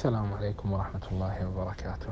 السلام عليكم ورحمة الله وبركاته.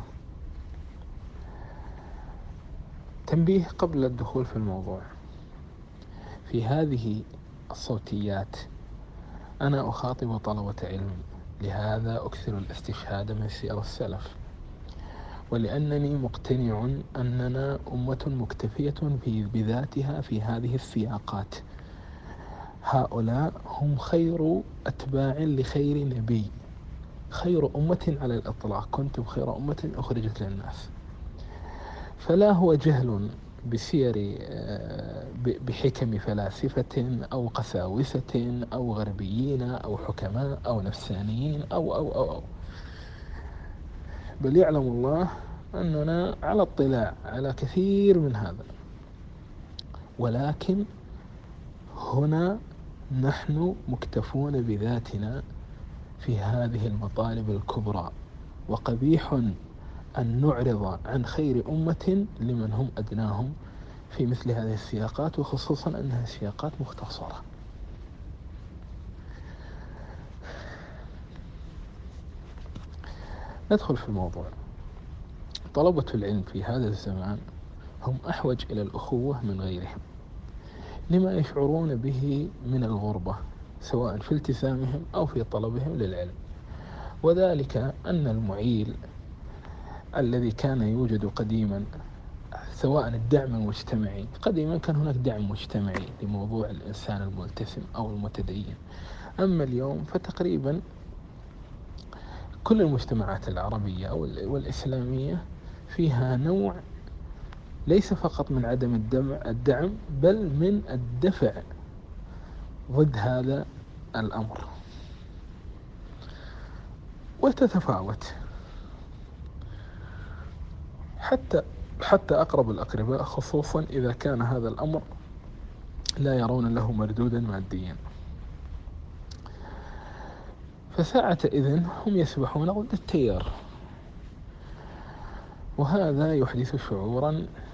تنبيه قبل الدخول في الموضوع. في هذه الصوتيات أنا أخاطب طلبة علم، لهذا أكثر الاستشهاد من سير السلف، ولأنني مقتنع أننا أمة مكتفية بذاتها في هذه السياقات. هؤلاء هم خير أتباع لخير نبي، خير أمة على الإطلاق، كنتم خير أمة أخرجت للناس. فلا هو جهل بسير بحكم فلاسفة أو قساوسة أو غربيين أو حكماء أو نفسانيين أو بل يعلم الله أننا على اطلاع على كثير من هذا، ولكن هنا نحن مكتفون بذاتنا في هذه المطالب الكبرى، وقبيح أن نعرض عن خير أمة لمن هم أدناهم في مثل هذه السياقات، وخصوصا أنها سياقات مختصرة. ندخل في الموضوع. طلبة العلم في هذا الزمان هم أحوج إلى الأخوة من غيرهم، لما يشعرون به من الغربة سواء في التزامهم أو في طلبهم للعلم، وذلك أن المعيل الذي كان يوجد قديما، سواء الدعم المجتمعي، قديما كان هناك دعم مجتمعي لموضوع الإنسان الملتزم أو المتدين، أما اليوم فتقريبا كل المجتمعات العربية والإسلامية فيها نوع ليس فقط من عدم الدعم بل من الدفع ضد هذا الأمر، وتتفاوت حتى أقرب الأقرباء، خصوصا إذا كان هذا الأمر لا يرون له مردودا ماديا، فساعة إذن هم يسبحون ضد التيار، وهذا يحدث شعورا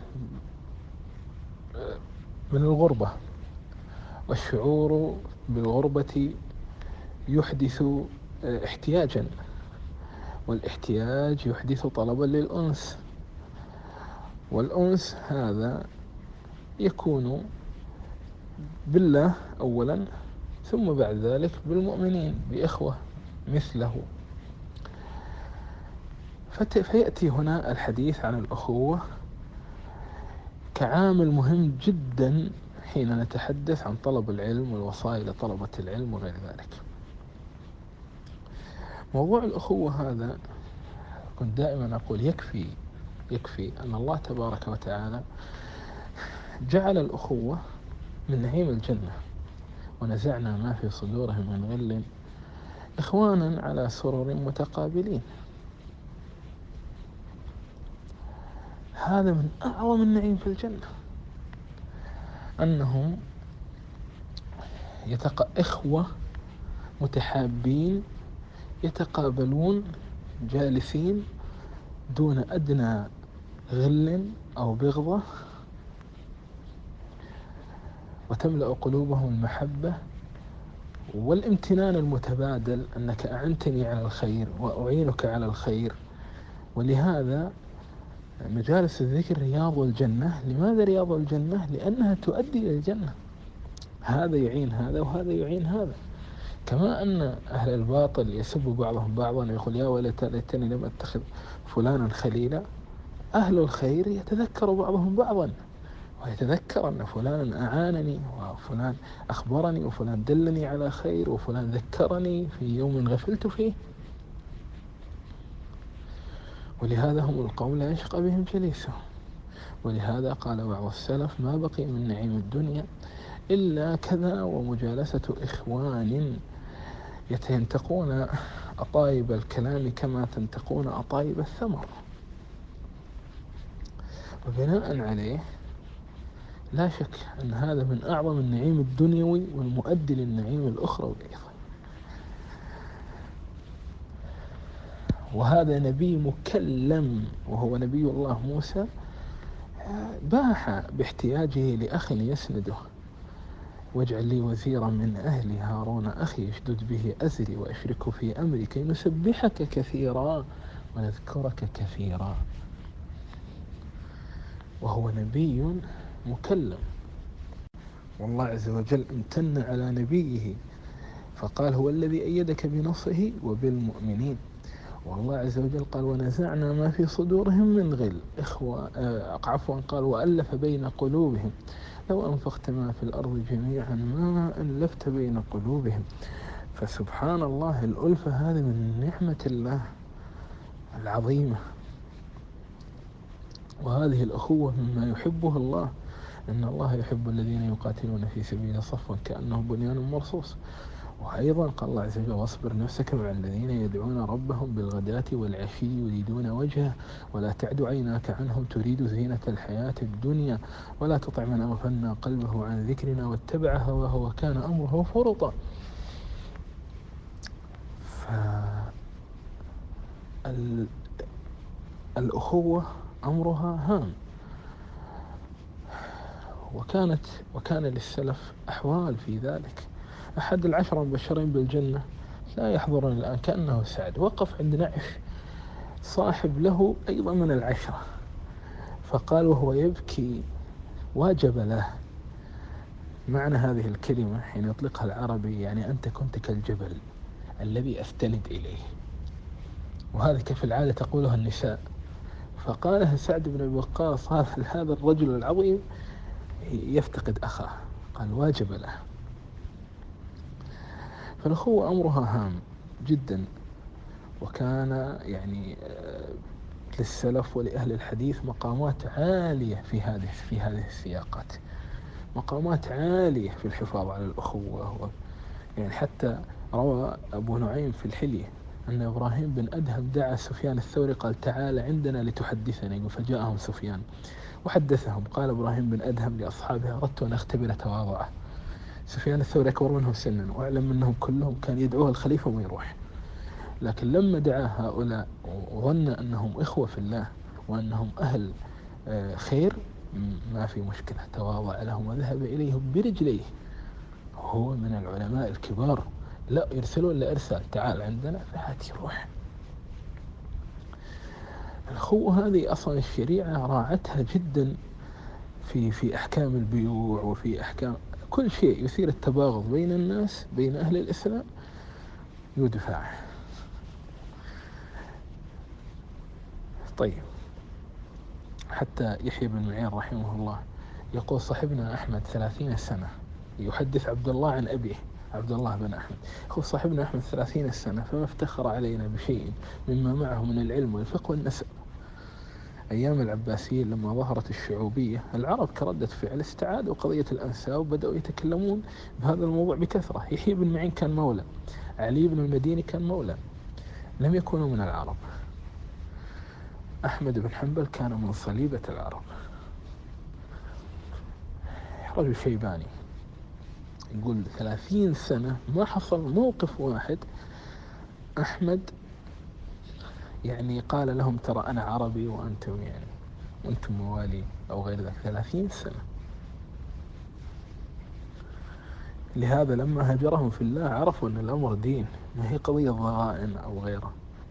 من الغربة، والشعور بالغربة يحدث احتياجا، والاحتياج يحدث طلبا للأنس، والأنس هذا يكون بالله أولا، ثم بعد ذلك بالمؤمنين، بإخوة مثله. فيأتي هنا الحديث عن الأخوة كعامل مهم جدا حين نتحدث عن طلب العلم والوصايا لطلبة العلم وغير ذلك. موضوع الأخوة هذا كنت دائما أقول يكفي أن الله تبارك وتعالى جعل الأخوة من نعيم الجنة، ونزعنا ما في صدورهم من غل إخوانا على سرر متقابلين. هذا من أعظم النعيم في الجنة، أنهم إخوة متحابين يتقابلون جالسين دون أدنى غل أو بغضة، وتملأ قلوبهم المحبة والامتنان المتبادل، أنك أعنتني على الخير وأعينك على الخير. ولهذا مجالس الذكر رياض الجنة. لماذا رياض الجنة؟ لأنها تؤدي إلى الجنة، هذا يعين هذا وهذا يعين هذا. كما أن أهل الباطل يسب بعضهم بعضا ويقول يا ويلتى ليتني لم أتخذ فلانا خليلا، أهل الخير يتذكر بعضهم بعضا، ويتذكر أن فلان أعانني، وفلان أخبرني، وفلان دلني على خير، وفلان ذكرني في يوم غفلت فيه. ولهذا هم القوم لا يشقى بهم جليسهم. ولهذا قال بعض السلف ما بقي من نعيم الدنيا إلا كذا ومجالسة إخوان يتنتقون أطايب الكلام كما تنتقون أطايب الثمر. وبناء عليه لا شك أن هذا من أعظم النعيم الدنيوي والمؤدي للنعيم الأخروي أيضا. وهذا نبي مكلم وهو نبي الله موسى، باح باحتياجه لأخ يسنده واجعل لي وزيرا من أهلي هارون أخي اشدد به أزري وأشركه في أمري كي نسبحك كثيرا ونذكرك كثيرا. وهو نبي مكلم، والله عز وجل امتن على نبيه فقال هو الذي أيدك بنصره وبالمؤمنين. والله عز وجل قال ونزعنا ما في صدورهم من غل عفوا قال وألف بين قلوبهم لو أنفقت ما في الأرض جميعا ما ألفت بين قلوبهم. فسبحان الله الألفة هذه من نعمة الله العظيمة، وهذه الأخوة مما يحبه الله، إن الله يحب الذين يقاتلون في سبيله صفا كأنهم بنيان مرصوص. وأيضا قال الله عز وجل واصبر نفسك مع الذين يدعون ربهم بالغداة والعشي يريدون وجهه ولا تعد عيناك عنهم تريد زينة الحياة الدنيا ولا تطع من أغفلنا قلبه عن ذكرنا واتبع هواه وكان أمره فرطا. فالأخوة أمرها هام، وكان للسلف أحوال في ذلك. أحد العشرة المبشرين بالجنة لا يحضرنا الآن كأنه سعد، وقف عند نعش صاحب له أيضا من العشرة فقال وهو يبكي واجب له. معنى هذه الكلمة حين يطلقها العربي يعني أنت كنت كالجبل الذي أستند إليه، وهذا كيف العادة تقولها النساء. فقالها سعد بن أبي وقاص هذا الرجل العظيم يفتقد أخاه، قال واجب له. فالأخوة أمرها هام جدا، وكان يعني للسلف ولأهل الحديث مقامات عالية في هذه السياقات، مقامات عالية في الحفاظ على الأخوة. يعني حتى روى أبو نعيم في الحلية أن إبراهيم بن أدهم دعا سفيان الثوري قال تعال عندنا لتحدثنا، فجاءهم سفيان وحدثهم. قال إبراهيم بن أدهم لأصحابه أردت أن أختبر تواضعه. سفيان الثوري أكبر منهم سنا وأعلم منهم كلهم، كان يدعوه الخليفة ويروح، لكن لما دعا هؤلاء وظن أنهم إخوة في الله وأنهم أهل خير ما في مشكلة، تواضع لهم وذهب إليهم برجليه. هو من العلماء الكبار، لا يرسلون إلا إرسال تعال عندنا فهات يروح. الأخوة هذه أصلا الشريعة راعتها جدا في أحكام البيوع وفي أحكام كل شيء يثير التباغض بين الناس بين أهل الإسلام يدفع. طيب، حتى يحيى بن معين رحمه الله يقول صاحبنا أحمد 30 سنة، يحدث عبد الله عن أبيه عبد الله بن أحمد، يقول صاحبنا أحمد 30 سنة فما افتخر علينا بشيء مما معه من العلم والفقه والنسب. أيام العباسيين لما ظهرت الشعوبية العرب كردة فعل استعادوا قضية الأنساب وبدأوا يتكلمون بهذا الموضوع بكثرة. يحيى بن معين كان مولى، علي بن المديني كان مولى، لم يكونوا من العرب. أحمد بن حنبل كان من صليبة العرب، رجل شيباني. يقول 30 سنة ما حصل موقف واحد أحمد يعني قال لهم ترى أنا عربي وأنتم وأنتم موالي أو غير ذلك. 30 سنة. لهذا لما هجرهم في الله عرفوا أن الأمر دين، ما هي قضية ضغائن أو غيره.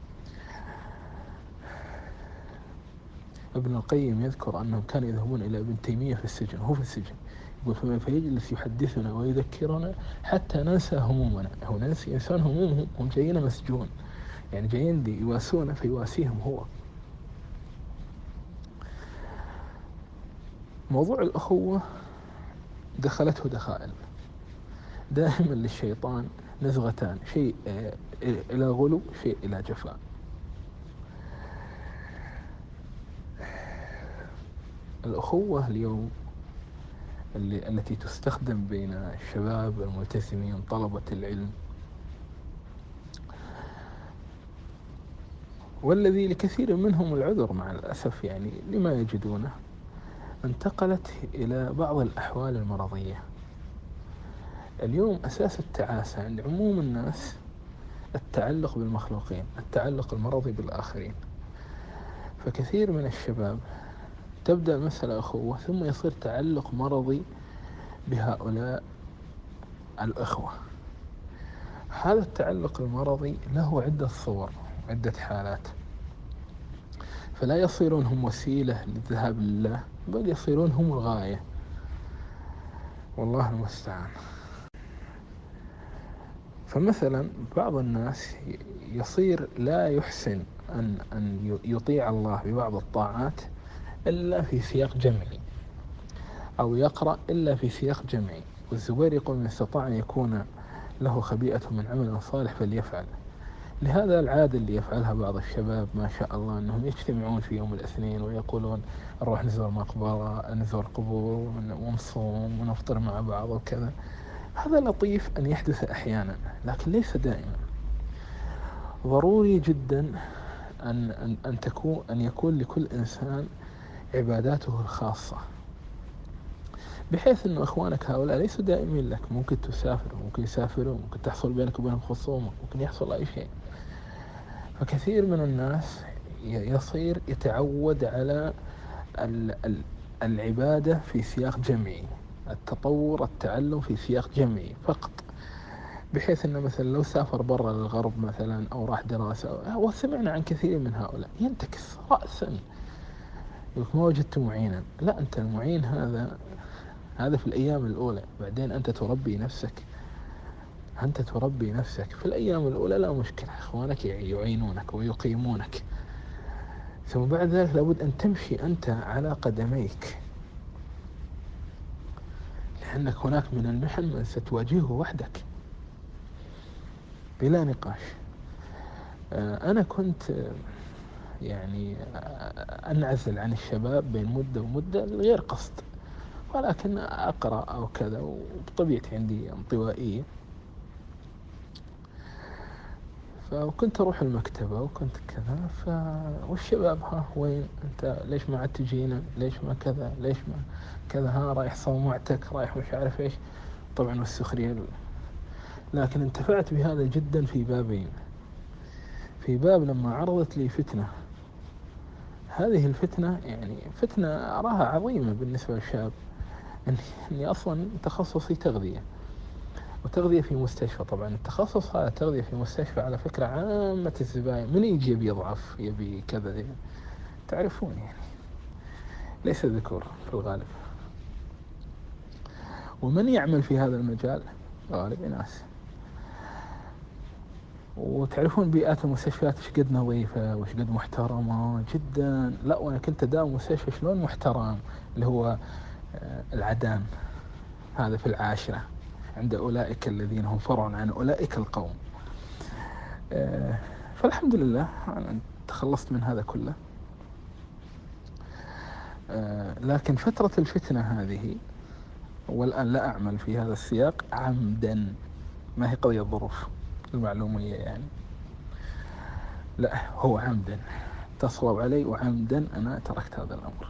ابن القيم يذكر أنهم كانوا يذهبون إلى ابن تيمية في السجن، هو في السجن، يقول فيجلس يحدثنا ويذكرنا حتى ننسى همومنا. هو ننسي إنسان همومهم، هم جايين مسجون، يعني جايين دي يواسون فيواسيهم هو. موضوع الأخوة دخلته دخائل، دائما للشيطان نزغتان، شيء إلى غلو شيء إلى جفاء. الأخوة اليوم التي تستخدم بين الشباب الملتزمين طلبة العلم، والذي لكثير منهم العذر مع الأسف يعني لما يجدونه، انتقلت إلى بعض الأحوال المرضية. اليوم أساس التعاسة عند عموم الناس التعلق بالمخلوقين، التعلق المرضي بالآخرين. فكثير من الشباب تبدأ المسألة أخوة ثم يصير تعلق مرضي بهؤلاء الأخوة. هذا التعلق المرضي له عدة صور، عدة حالات، فلا يصيرون هم وسيلة للذهاب لله، بل يصيرون هم الغاية، والله المستعان. فمثلا بعض الناس يصير لا يحسن أن يطيع الله ببعض الطاعات إلا في سياق جمعي، أو يقرأ إلا في سياق جمعي. والزبير يقول: من استطاع أن يكون له خبيئة من عمل صالح فليفعل. لهذا العادة اللي يفعلها بعض الشباب ما شاء الله، أنهم يجتمعون في يوم الاثنين ويقولون: نروح نزور مقبرة، نزور قبور، ونصوم ونفطر مع بعض وكذا. هذا لطيف أن يحدث أحيانا، لكن ليس دائما. ضروري جدا أن يكون لكل إنسان عباداته الخاصة، بحيث أن إخوانك هؤلاء ليسوا دائمين لك. ممكن تسافر، ممكن يسافروا، ممكن تحصل بينك وبينهم خصومة، ممكن يحصل أي شيء. فكثير من الناس يصير يتعود على العبادة في سياق جمعي، التطور، التعلم في سياق جمعي فقط، بحيث أنه مثلا لو سافر برا للغرب مثلا أو راح دراسة، وسمعنا عن كثير من هؤلاء ينتكس رأسا، يقول: ما وجدت معينا. لا، أنت المعين هذا في الأيام الأولى، بعدين أنت تربي نفسك. في الأيام الأولى لا مشكلة، إخوانك يعينونك ويقيمونك، ثم بعد ذلك لابد أن تمشي أنت على قدميك، لأنك هناك من المحن من ستواجهه وحدك بلا نقاش. أنا كنت يعني أنعزل عن الشباب بين مدة ومدة غير قصد، ولكن أقرأ أو كذا، وبطبيعتي عندي انطوائية. فكنت أروح المكتبة وكنت كذا، والشباب: ها وين أنت؟ ليش ما عاد تجينا؟ ليش ما كذا؟ ليش ما كذا؟ ها رايح صومعتك، رايح مش عارف إيش. طبعا والسخرية. لكن انتفعت بهذا جدا في بابين. في باب لما عرضت لي فتنة، هذه الفتنة يعني فتنة أراها عظيمة بالنسبة للشاب، أني أصلا تخصصي تغذية، وتغذية في مستشفى. طبعا التخصص هذا تغذية في مستشفى على فكرة عامة الزباين من يجي يبي يضعف، يبي كذا، تعرفون يعني، ليس ذكور في الغالب. ومن يعمل في هذا المجال غالب ناس. وتعرفون بيئات المستشفيات وش قد نظيفة وش قد محترمة جدا. لا، وأنا كنت أداوم مستشفى شلون محترم، اللي هو العدان، هذا في العاشرة، عند أولئك الذين هم فرع عن أولئك القوم. فالحمد لله أنا تخلصت من هذا كله. لكن فترة الفتنة هذه، والآن لا أعمل في هذا السياق عمدا، ما هي قضية ظروف المعلومية يعني، لا هو عمدا، تصوب علي وعمدا أنا تركت هذا الأمر.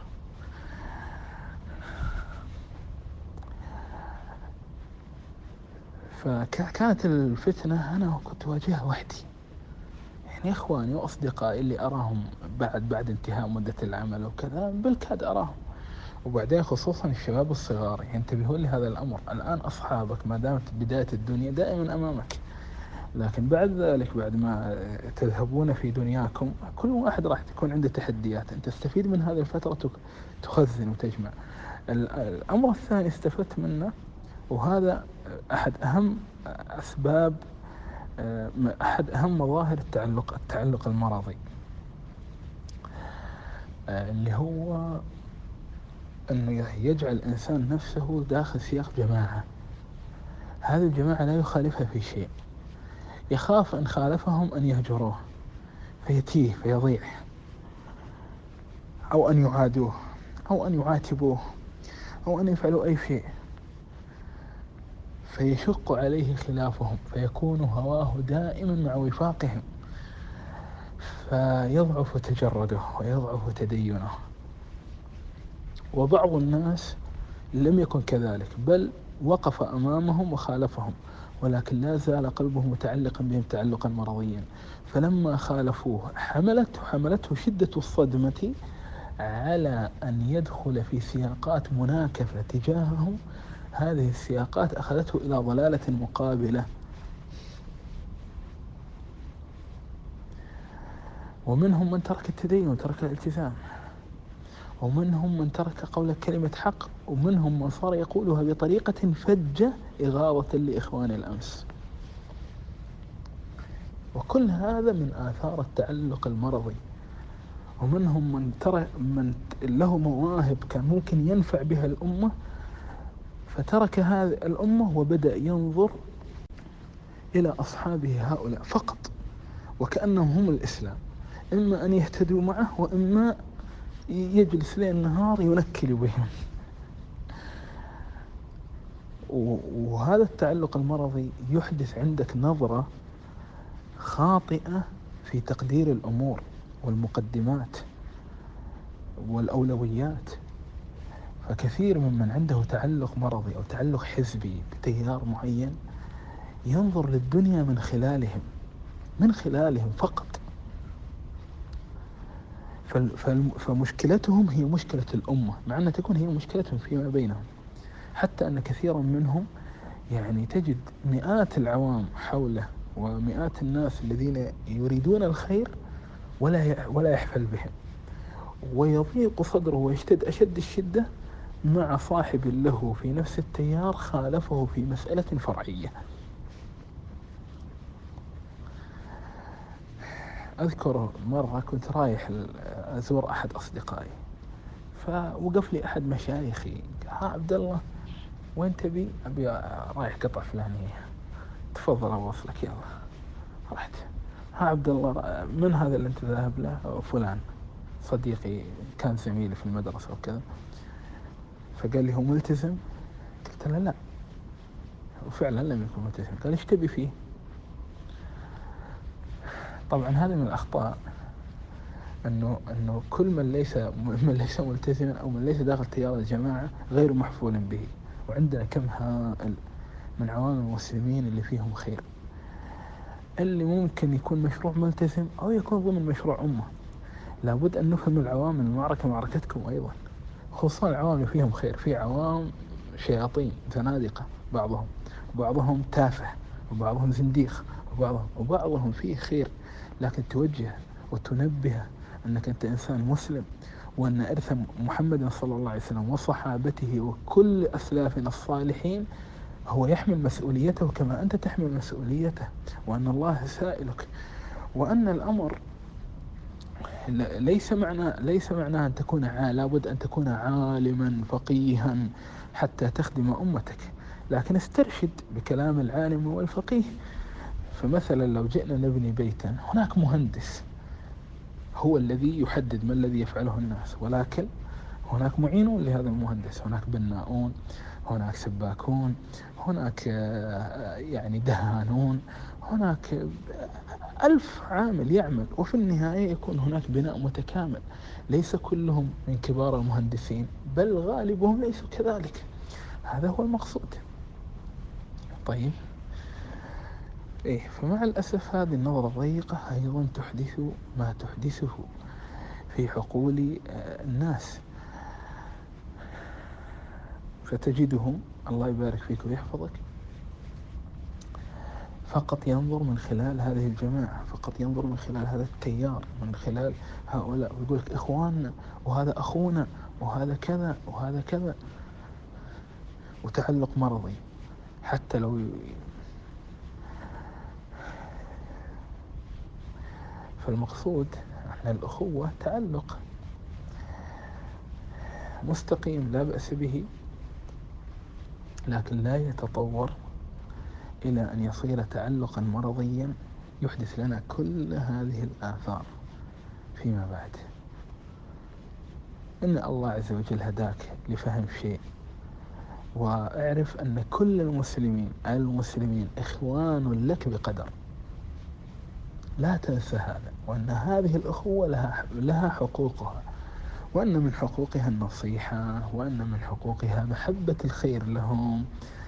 فكانت الفتنة أنا كنت أواجهها وحدي، يعني إخواني وأصدقائي اللي أراهم بعد انتهاء مدة العمل وكذا بالكاد أراهم. وبعدين خصوصا الشباب الصغار ينتبهون لهذا الأمر. الآن أصحابك ما دامت بداية الدنيا دائما أمامك، لكن بعد ذلك بعد ما تذهبون في دنياكم كل واحد راح تكون عنده تحديات، أنت تستفيد من هذه الفترة، تخزن وتجمع. الأمر الثاني استفدت منه، وهذا أحد أهم أسباب، أحد أهم مظاهر التعلق المرضي، اللي هو أنه يجعل الإنسان نفسه داخل سياق جماعة. هذه الجماعة لا يخالفها في شيء، يخاف أن خالفهم أن يهجروه فيتيه فيضيع، أو أن يعادوه، أو أن يعاتبوه، أو أن يفعلوا أي شيء، فيشق عليه خلافهم، فيكون هواه دائما مع وفاقهم، فيضعف تجرده ويضعف تدينه. وبعض الناس لم يكن كذلك، بل وقف أمامهم وخالفهم، ولكن لا زال قلبه متعلقا بهم تعلقا مرضيا. فلما خالفوه حملته شدة الصدمة على أن يدخل في سياقات مناكفة تجاههم، هذه السياقات أخذته إلى ضلالة مقابلة. ومنهم من ترك التدين وترك الالتزام، ومنهم من ترك قول كلمة حق، ومنهم من صار يقولها بطريقة فجة إغاظة لإخوان الأمس. وكل هذا من آثار التعلق المرضي. ومنهم من له مواهب كان ممكن ينفع بها الأمة، فترك هذه الأمة وبدأ ينظر إلى أصحابه هؤلاء فقط وكأنهم هم الإسلام، إما أن يهتدوا معه وإما يجلس ليل نهار ينكل بهم. وهذا التعلق المرضي يحدث عندك نظرة خاطئة في تقدير الأمور والمقدمات والأولويات. فكثير ممن عنده تعلق مرضي أو تعلق حزبي بتيار معين ينظر للدنيا من خلالهم فقط. فمشكلتهم هي مشكلة الأمة، مع أن تكون هي مشكلتهم فيما بينهم. حتى أن كثيرا منهم يعني تجد مئات العوام حوله ومئات الناس الذين يريدون الخير ولا يحفل بهم، ويضيق صدره ويشتد أشد الشدة مع صاحب له في نفس التيار خالفه في مسألة فرعية. أذكر مرة كنت رايح أزور أحد أصدقائي، فوقف لي أحد مشايخي قال: ها عبد الله وين تبي؟ أبي رايح قطع فلانية، تفضل أوصلك يلا. رحت: ها عبد الله من هذا اللي أنت ذاهب له؟ فلان صديقي كان زميلي في المدرسة وكذا. فقال لي: هو ملتزم؟ قلت له: لا. وفعلا لم يكن ملتزم. قال: إيش تبي فيه؟ طبعا هذا من الأخطاء، أنه كل من ليس ملتزما أو من ليس داخل تيار الجماعة غير محفول به. وعندنا كم هائل من عوام المسلمين اللي فيهم خير، اللي ممكن يكون مشروع ملتزم أو يكون ضمن مشروع أمة. لابد أن نفهم العوام، المعركة معركتكم أيضا، خصوصا العوام اللي فيهم خير. في عوام شياطين زنادقة، بعضهم تافه، وبعضهم زنديق، وبعضهم فيه خير، لكن توجه وتنبه أنك أنت إنسان مسلم، وأن إرث محمد صلى الله عليه وسلم وصحابته وكل أسلافنا الصالحين هو يحمل مسؤوليته كما أنت تحمل مسؤوليته، وأن الله سائلك. وأن الأمر ليس معناه أن تكون لابد أن تكون عالما فقيها حتى تخدم أمتك، لكن استرشد بكلام العالم والفقيه. فمثلا لو جئنا نبني بيتا، هناك مهندس هو الذي يحدد ما الذي يفعله الناس، ولكن هناك معينون لهذا المهندس، هناك بناؤون، هناك سباكون، هناك يعني دهانون، هناك 1000 عامل يعمل، وفي النهاية يكون هناك بناء متكامل. ليس كلهم من كبار المهندسين، بل غالبهم ليسوا كذلك. هذا هو المقصود. طيب، فمع الأسف هذه النظرة الضيقة أيضا تحدث ما تحدثه في عقول الناس. فتجدهم، الله يبارك فيك ويحفظك، فقط ينظر من خلال هذه الجماعة، فقط ينظر من خلال هذا التيار، من خلال هؤلاء، ويقول لك إخواننا، وهذا أخونا، وهذا كذا وهذا كذا، وتعلق مرضي. حتى لو فالمقصود أن الأخوة تعلق مستقيم لا بأس به، لكن لا يتطور إلى أن يصير تعلقا مرضيا يحدث لنا كل هذه الآثار فيما بعد. إن الله عز وجل هداك لفهم شيء، واعرف أن كل المسلمين إخوان لك بقدر، لا تنسى هذا، وأن هذه الأخوة لها حقوقها، وأن من حقوقها النصيحة، وأن من حقوقها محبة الخير لهم.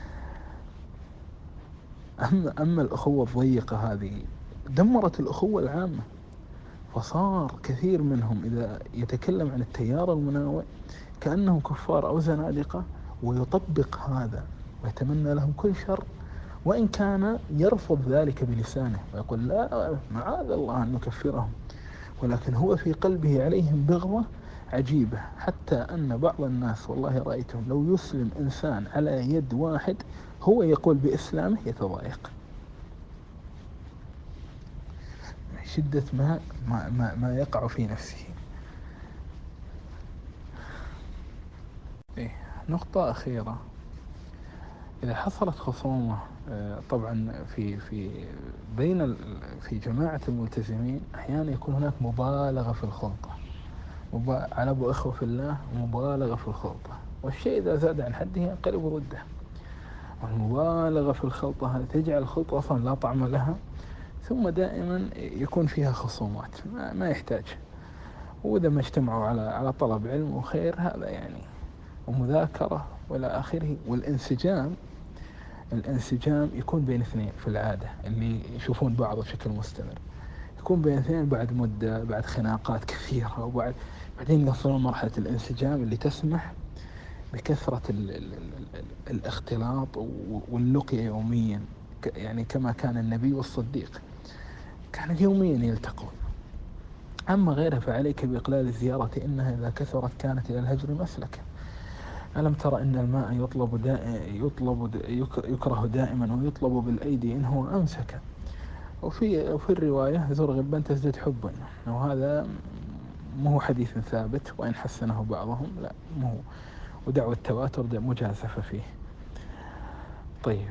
أما الأخوة الضيقة هذه دمرت الأخوة العامة، فصار كثير منهم إذا يتكلم عن التيار المناوئ كأنهم كفار أو زنادقة، ويطبق هذا ويتمنى لهم كل شر، وإن كان يرفض ذلك بلسانه ويقول لا معاذ الله أن نكفرهم، ولكن هو في قلبه عليهم بغضة عجيبة، حتى أن بعض الناس والله رأيتهم لو يسلم إنسان على يد واحد هو يقول بإسلامه يتضايق من شدة ما يقع في نفسه. نقطة أخيرة، إذا حصلت خصومة طبعا في جماعة الملتزمين أحيانا يكون هناك مبالغة في الخلطة، على أبو إخوة في الله مبالغة في الخلطة، والشيء إذا زاد عن حده ينقلب ضده، والمبالغة في الخلطة هذه تجعل الخلطة أصلا لا طعم لها، ثم دائما يكون فيها خصومات ما يحتاج. وإذا ما اجتمعوا على طلب علم وخير هذا يعني ومذاكرة وإلى آخره. الانسجام يكون بين اثنين في العادة اللي يشوفون بعض بشكل مستمر، يكون بين اثنين بعد مدة، بعد خناقات كثيرة، بعدين يصلون مرحلة الانسجام اللي تسمح بكثرة الاختلاط واللقيا يوميا، يعني كما كان النبي والصديق كانوا يوميا يلتقون. أما غيرها فعليك بإقلال الزيارة، إنها إذا كثرت كانت إلى الهجر مسلكا. ألم ترى أن الماء يكره دائما ويطلب بالأيدي إن هو أمسك. وفي الرواية زر غبا تزدد حبا، وهذا مو حديث ثابت وإن حسنه بعضهم، لا مو، ودعوة التواتر مجازفة فيه. طيب،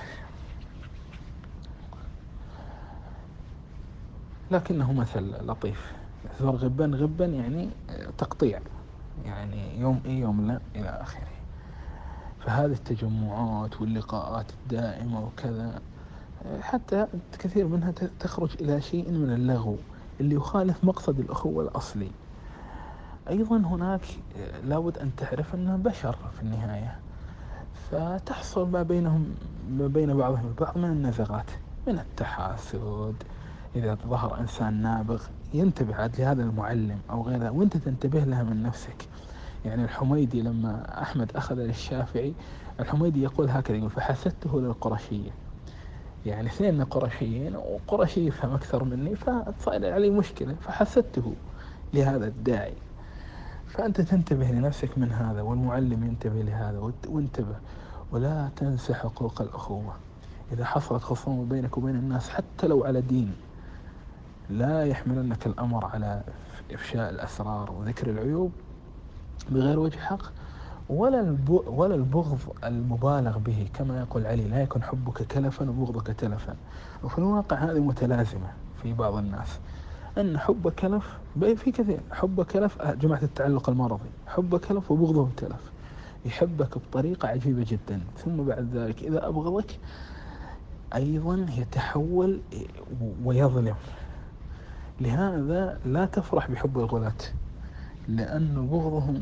لكنه مثل لطيف، زر غبا يعني تقطيع، يعني يوم يوم لا إلى آخره. فهذه التجمعات واللقاءات الدائمة وكذا حتى كثير منها تخرج إلى شيء من اللغو اللي يخالف مقصد الأخوة الأصلي. أيضا هناك لابد أن تعرف أنهم بشر في النهاية، فتحصل ما بين بعضهم البعض من النزغات، من التحاسد. إذا ظهر إنسان نابغ ينتبه عاد لهذا المعلم أو غيره، وأنت تنتبه لها من نفسك. يعني الحميدي لما أحمد أخذ للشافعي، الحميدي يقول هكذا، يقول فحسدته للقرشية، يعني اثنين قرشيين وقرشي يفهم أكثر مني، فصار علي مشكلة، فحسدته لهذا الداعي. فأنت تنتبه لنفسك من هذا، والمعلم ينتبه لهذا، وانتبه ولا تنسى حقوق الأخوة. إذا حصلت خصومة بينك وبين الناس حتى لو على دين، لا يحملنك الأمر على إفشاء الأسرار وذكر العيوب بغير وجه حق، ولا البغض المبالغ به، كما يقول علي لا يكن حبك كلفا وبغضك تلفا. وفي الواقع هذه متلازمة في بعض الناس، أن حب كلف في كثير، حب كلف جماعة التعلق المرضي، حب كلف وبغضه تلف، يحبك بطريقة عجيبة جدا، ثم بعد ذلك إذا أبغضك أيضا يتحول ويظلم. لهذا لا تفرح بحب الغلاة، لأن بغضهم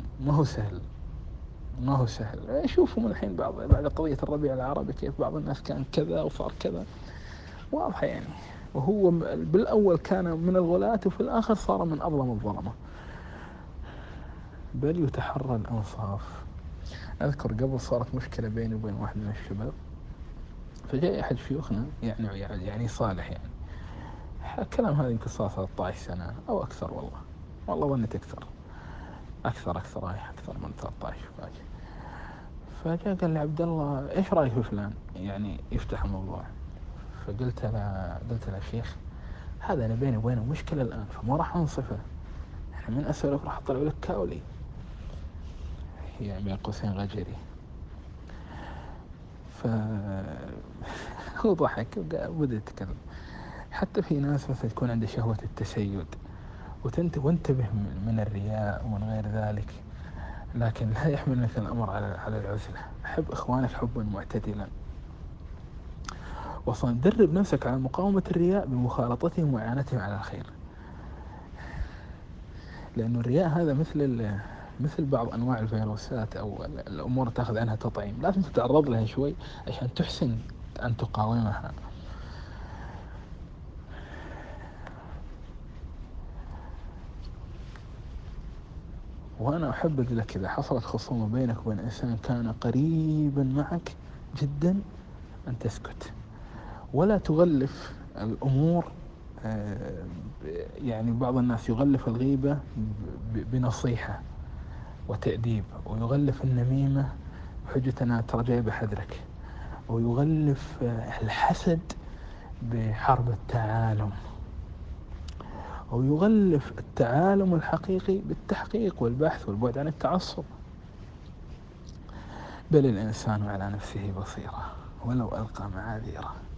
ما هو سهل. شوفوا من الحين بعد قضية الربيع العربي كيف بعض الناس كان كذا وصار كذا، واضحة يعني. وهو بالأول كان من الغلاة، وفي الآخر صار من أظلم الظلمة. بل يتحرى الأنصاف. أذكر قبل صارت مشكلة بيني وبين واحد من الشباب، فجاء أحد شيوخنا يعني صالح، يعني الكلام هذا يمكن صار 13 سنة أو أكثر، والله ظنيت أكثر من 13 فاجأ. فجاء قال لي عبد الله إيش رأيك في فلان، يعني يفتح الموضوع. فقلت له شيخ هذا أنا بيني وبينه مشكلة الآن، فما راح أنصفه، يعني من أسألك راح أطلع لك كاولي، يعني بين قوسين غجري. هو ضحك وبدأ يتكلم. حتى في ناس مثلا تكون عنده شهوة التسيد وانتبه من الرياء ومن غير ذلك، لكن لا يحملك الأمر على العزلة. أحب إخوانك حبا معتدلا، وصلا درب نفسك على مقاومة الرياء بمخالطتهم وإعانتهم على الخير، لأن الرياء هذا مثل بعض أنواع الفيروسات أو الأمور تأخذ عنها تطعيم، لازم تتعرض لها شوي عشان تحسن أن تقاومها. وأنا أحبذ لك إذا حصلت خصومة بينك وبين إنسان كان قريبا معك جدا أن تسكت، ولا تغلف الأمور. يعني بعض الناس يغلف الغيبة بنصيحة وتأديب، ويغلف النميمة بحجة أنها ترى جايبة حذرك، ويغلف الحسد بحرب التعالم، ويغلف التعالم الحقيقي بالتحقيق والبحث والبعد عن التعصب. بل الإنسان على نفسه بصيرة ولو ألقى معاذيره.